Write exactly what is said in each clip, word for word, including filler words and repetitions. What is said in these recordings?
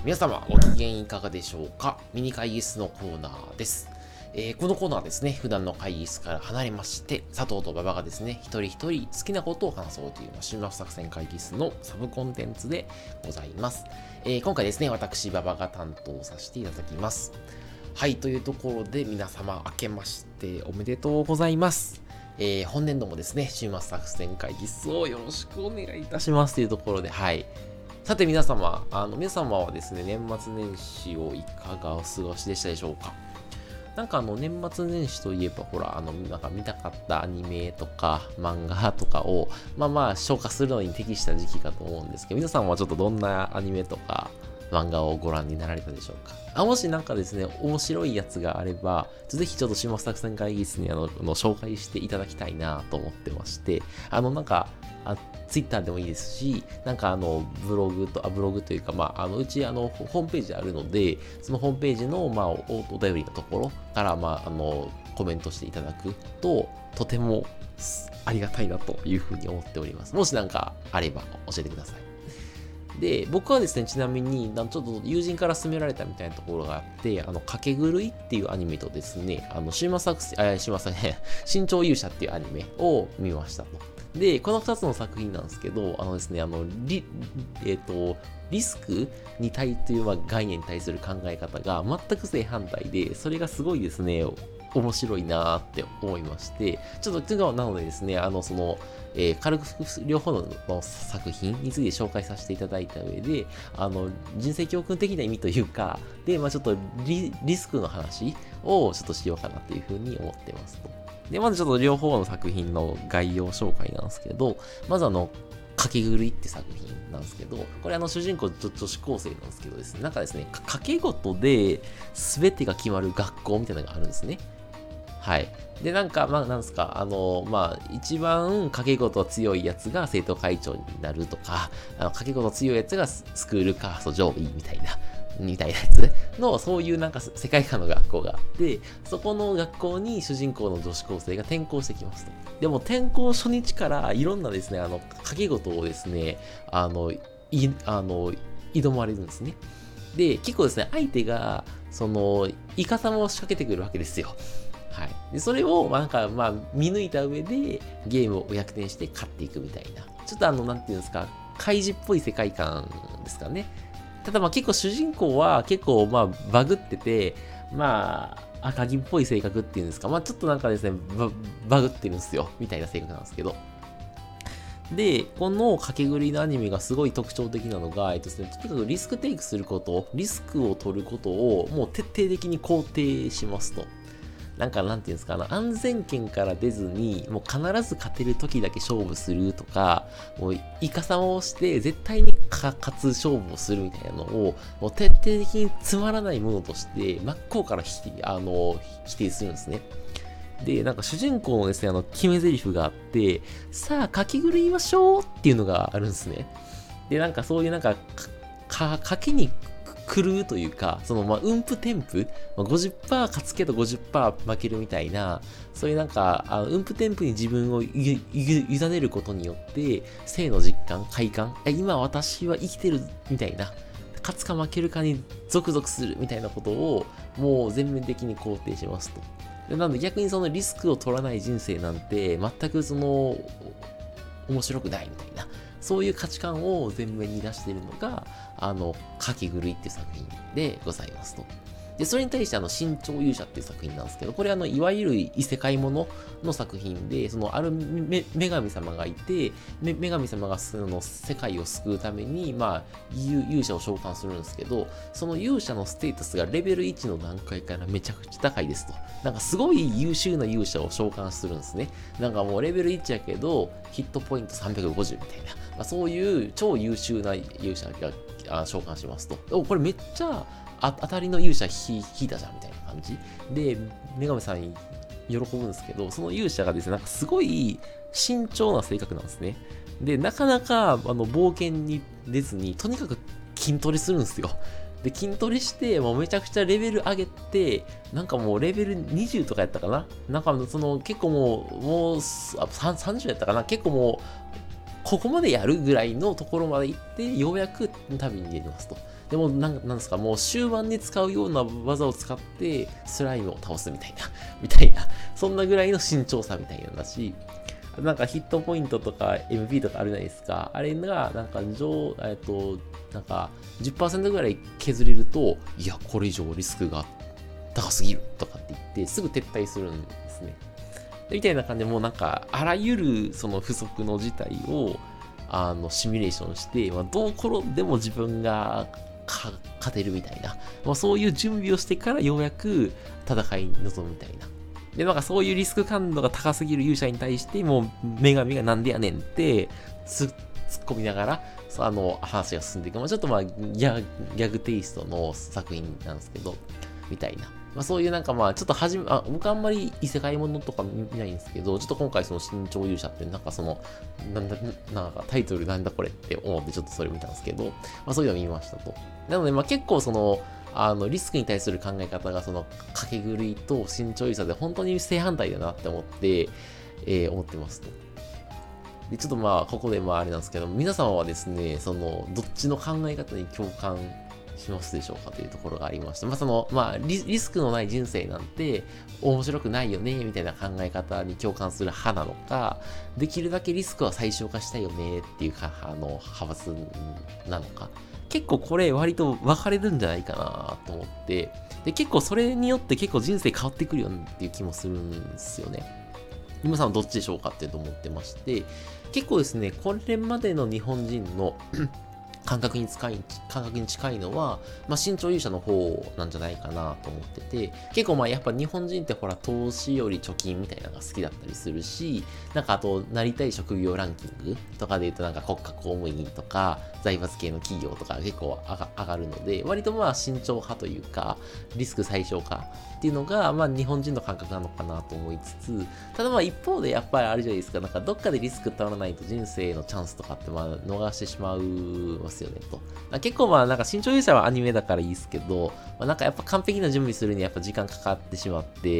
皆様ご機嫌いかがでしょうか。ミニ会議室のコーナーです。えー、このコーナーはですね、普段の会議室から離れまして、佐藤と馬場がですね、一人一人好きなことを話そうという週末作戦会議室のサブコンテンツでございます。えー、今回ですね、私、馬場が担当させていただきます。はい、というところで皆様明けましておめでとうございます。えー、本年度もですね、週末作戦会議室をよろしくお願いいたしますというところで、はい。さて皆様、あの皆様はですね、年末年始をいかがお過ごしでしたでしょうか。なんかあの年末年始といえばほら、あのなんか見たかったアニメとか漫画とかをまあまあ消化するのに適した時期かと思うんですけど、皆さんはちょっとどんなアニメとか漫画をご覧になられたでしょうか。あ、もしなんかですね、面白いやつがあれば、ぜひちょっと週末作戦会議室にあのの紹介していただきたいなと思ってまして、あのなんか、あツイッターでもいいですし、なんかあのブログと、あブログというか、まあ、あのうちあのホームページあるので、そのホームページの、まあ、お, お便りのところから、まあ、あのコメントしていただくと、とてもありがたいなというふうに思っております。もしなんかあれば教えてください。で、僕はですね、ちなみに、ちょっと友人から勧められたみたいなところがあって、あの、かけ狂いっていうアニメとですね、あの、週末作戦、あ、週末作戦、新潮勇者っていうアニメを見ましたと。で、このふたつの作品なんですけど、あのですね、あの、リ、えっと、リスクに対という概念に対する考え方が全く正反対で、それがすごいですね、面白いなーって思いまして、ちょっとなのでですね、あの、その、えー、軽く両方の作品について紹介させていただいた上で、あの、人生教訓的な意味というか、で、まあちょっと リ, リスクの話をちょっとしようかなというふうに思ってますと。で、まずちょっと両方の作品の概要紹介なんですけど、まずあの、かけ狂いって作品なんですけど、これあの主人公女子高生なんですけどですね、なんかですね、賭け事で全てが決まる学校みたいなのがあるんですね。はい。で、なんか、まあ、なんですか、あの、まあ、一番掛け事強いやつが生徒会長になるとか、あの掛け事強いやつがスクールカースト上位みたいな、みたいなやつの、そういうなんか世界観の学校があって、そこの学校に主人公の女子高生が転校してきますと。でも、転校初日からいろんなですね、あの、掛け事をですね、あの、い、あの、挑まれるんですね。で、結構ですね、相手が、その、イカサマを仕掛けてくるわけですよ。はい、でそれを、まあ、なんか、まあ、見抜いた上でゲームを逆転して勝っていくみたいな、ちょっとあの、なんていうんですか、怪獣っぽい世界観ですかね。ただまあ結構主人公は結構まあバグってて、まあ赤木っぽい性格っていうんですか、まあちょっとなんかですね、バ, バグってるんですよ、みたいな性格なんですけど。で、このかけ狂いのアニメがすごい特徴的なのが、えっとですね、とにかくリスクテイクすること、リスクを取ることをもう徹底的に肯定しますと。なんか、なんていうんですか、あの、安全圏から出ずに、もう必ず勝てる時だけ勝負するとか、もう、イカサマをして、絶対に勝つ勝負をするみたいなのを、もう徹底的につまらないものとして、真っ向から否定、あの、否定するんですね。で、なんか主人公のですね、あの、決め台詞があって、さあ、かき狂いましょうっていうのがあるんですね。で、なんかそういうなんか、か、かけに狂うというか、その、まあ、運プ添付、まあ、ごじゅっパーセント 勝つけど ごじゅっパーセント 負けるみたいな、そういうなんか、あの運プ添付に自分を委ねることによって、性の実感、快感、今私は生きてるみたいな、勝つか負けるかにゾクゾクするみたいなことを、もう全面的に肯定しますと。でなので逆にそのリスクを取らない人生なんて、全くその、面白くないみたいな、そういう価値観を前面に出しているのが、あの、かけ狂いっていう作品でございますと。で、それに対して、あの、新潮勇者っていう作品なんですけど、これ、あの、いわゆる異世界ものの作品で、その、ある女神様がいて、女神様がその世界を救うために、まあ、勇者を召喚するんですけど、その勇者のステータスがレベルいちの段階からめちゃくちゃ高いですと。なんか、すごい優秀な勇者を召喚するんですね。なんかもうレベルいちやけど、ヒットポイントさんびゃくごじゅうみたいな、まあ、そういう超優秀な勇者が召喚しますと。お、これめっちゃ当たりの勇者引いたじゃんみたいな感じで、女神さん喜ぶんですけど、その勇者がですね、なんかすごい慎重な性格なんですね。で、なかなかあの冒険に出ずに、とにかく筋トレするんですよ。で、筋トレして、もうめちゃくちゃレベル上げて、なんかもうレベルにじゅうとかやったかな、なんかその結構もう、もうさんじゅうやったかな、結構もう、ここまでやるぐらいのところまで行って、ようやく旅に出ますと。 でもなん、なんですか、もう終盤に使うような技を使ってスライムを倒すみたいな、みたいな、そんなぐらいの慎重さみたいなんだし、なんかヒットポイントとか エムピー とかあるじゃないですか。あれが、なんか上、えっと、なんかじゅっパーセントぐらい削れると、いや、これ以上リスクが高すぎるとかって言って、すぐ撤退するんですね。みたいな感じで、もうなんか、あらゆるその不足の事態を、あの、シミュレーションして、まあ、どう転んでも自分が勝てるみたいな、まあ、そういう準備をしてからようやく戦いに臨むみたいな。で、なんかそういうリスク感度が高すぎる勇者に対して、もう女神がなんでやねんって突っ込みながら、あの話が進んでいく。まあ、ちょっとまあギャ、ギャグテイストの作品なんですけど、みたいな。まあ、そういうなんかまあ、ちょっとはじめ、あ、僕あんまり異世界ものとか見ないんですけど、ちょっと今回その新潮勇者ってなんかその、なんだ、なんかタイトルなんだこれって思ってちょっとそれ見たんですけど、まあそういうのを見ましたと。なのでまあ結構その、あのリスクに対する考え方がその掛け狂いと慎重さで本当に正反対だなって思って、えー、思ってますと。で、ちょっとまあここでまああれなんですけど、皆様はですね、そのどっちの考え方に共感しますでしょうかというところがありまして、まあそのまあ リ, リスクのない人生なんて面白くないよねみたいな考え方に共感する派なのか、できるだけリスクは最小化したいよねっていうかあの派閥なのか。結構これ割と分かれるんじゃないかなと思って、で結構それによって結構人生変わってくるよっていう気もするんですよね。皆さんはどっちでしょうかっていうと思ってまして、結構ですね、これまでの日本人の感覚に近い、感覚に近いのは、まあ、新潮勇者の方なんじゃないかなと思ってて、結構まあやっぱ日本人ってほら投資より貯金みたいなのが好きだったりするし、なんかあとなりたい職業ランキングとかで言うとなんか国家公務員とか財閥系の企業とか結構上がるので、割とまあ慎重派というか、リスク最小化っていうのがまあ日本人の感覚なのかなと思いつつ、ただまあ一方でやっぱりあるじゃないですか、なんかどっかでリスク取らないと人生のチャンスとかってまあ逃してしまうますよねと。結構まあなんか新潮勇者はアニメだからいいですけど、まあ、なんかやっぱ完璧な準備するにやっぱ時間かかってしまって、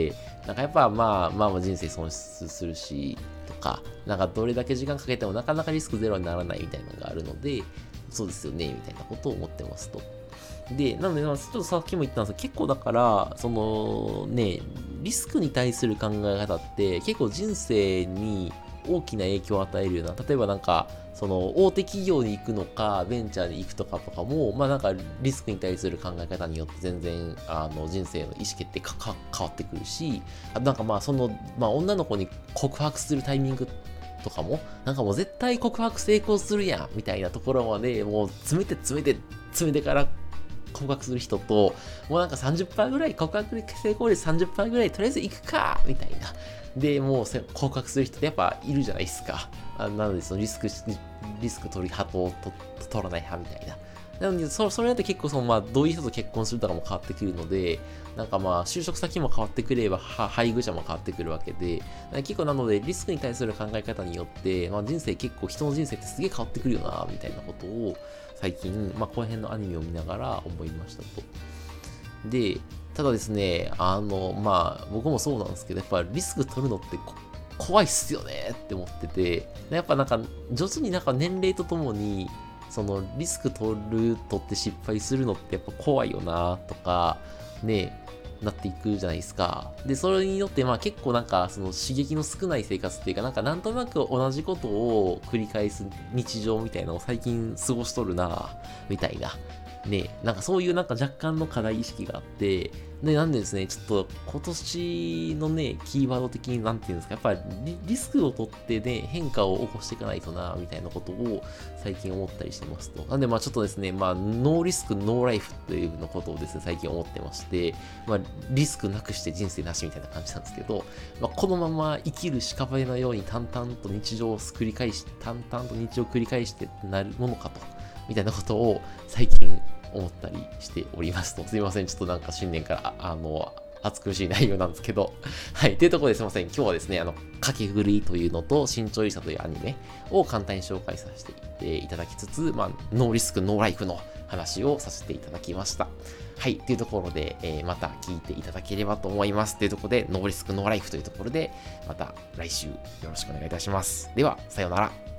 なんかやっぱまあまあまあ人生損失するし、とか、なんかどれだけ時間かけてもなかなかリスクゼロにならないみたいなのがあるので、そうですよね、みたいなことを思ってますと。で、なので、ちょっとさっきも言ったんですけど、結構だから、そのね、リスクに対する考え方って結構人生に大きな影響を与えるような、例えばなんか、その大手企業に行くのか、ベンチャーに行くとかとかも、まあなんかリスクに対する考え方によって全然、あの人生の意思決定が変わってくるし、あとなんかまあその、まあ女の子に告白するタイミングとかも、なんかもう絶対告白成功するやんみたいなところまで、もう詰めて詰めて詰めてから告白する人と、もうなんか さんじゅっパーセント ぐらい、告白成功率 さんじゅっパーセント ぐらい、とりあえず行くかみたいな。で、もう告白する人ってやっぱいるじゃないですか。あなので、そのリスク、リスク取り派と取らない派みたいな。なので、そそれだって結構その、まあ、どういう人と結婚するとかも変わってくるので、なんかまあ、就職先も変わってくれば、配偶者も変わってくるわけで、結構なので、リスクに対する考え方によって、まあ、人生結構、人の人生ってすげえ変わってくるよな、みたいなことを、最近、まあ、この辺のアニメを見ながら思いましたと。で、ただですね、あの、まあ、僕もそうなんですけど、やっぱリスク取るのって怖いっすよねって思ってて、やっぱなんか、徐々になんか年齢とともに、そのリスク取る、取って失敗するのってやっぱ怖いよなとか、ね、なっていくじゃないですか。で、それによって、まあ結構なんか、その刺激の少ない生活っていうか、なんかなんとなく同じことを繰り返す日常みたいなのを最近過ごしとるなみたいな。ね、なんかそういうなんか若干の課題意識があって、で、なんでですね、ちょっと今年のね、キーワード的になんていうんですか、やっぱり リ, リスクを取ってね、変化を起こしていかないとな、みたいなことを最近思ったりしてますと。なんでまあちょっとですね、まあノーリスク、ノーライフというのことをですね、最近思ってまして、まあリスクなくして人生なしみたいな感じなんですけど、まあ、このまま生きる屍のように淡々と日常を繰り返し、淡々と日常を繰り返してなるものかと、みたいなことを最近思ったりしておりますと。すいません。ちょっとなんか新年から、あの、暑苦しい内容なんですけど。はい。というところですいません。今日はですね、あの、かけぐりというのと、新潮勇者というアニメを簡単に紹介させていただきつつ、まあ、ノーリスク、ノーライフの話をさせていただきました。はい。というところで、えー、また聞いていただければと思います。というところで、ノーリスク、ノーライフというところで、また来週よろしくお願いいたします。では、さようなら。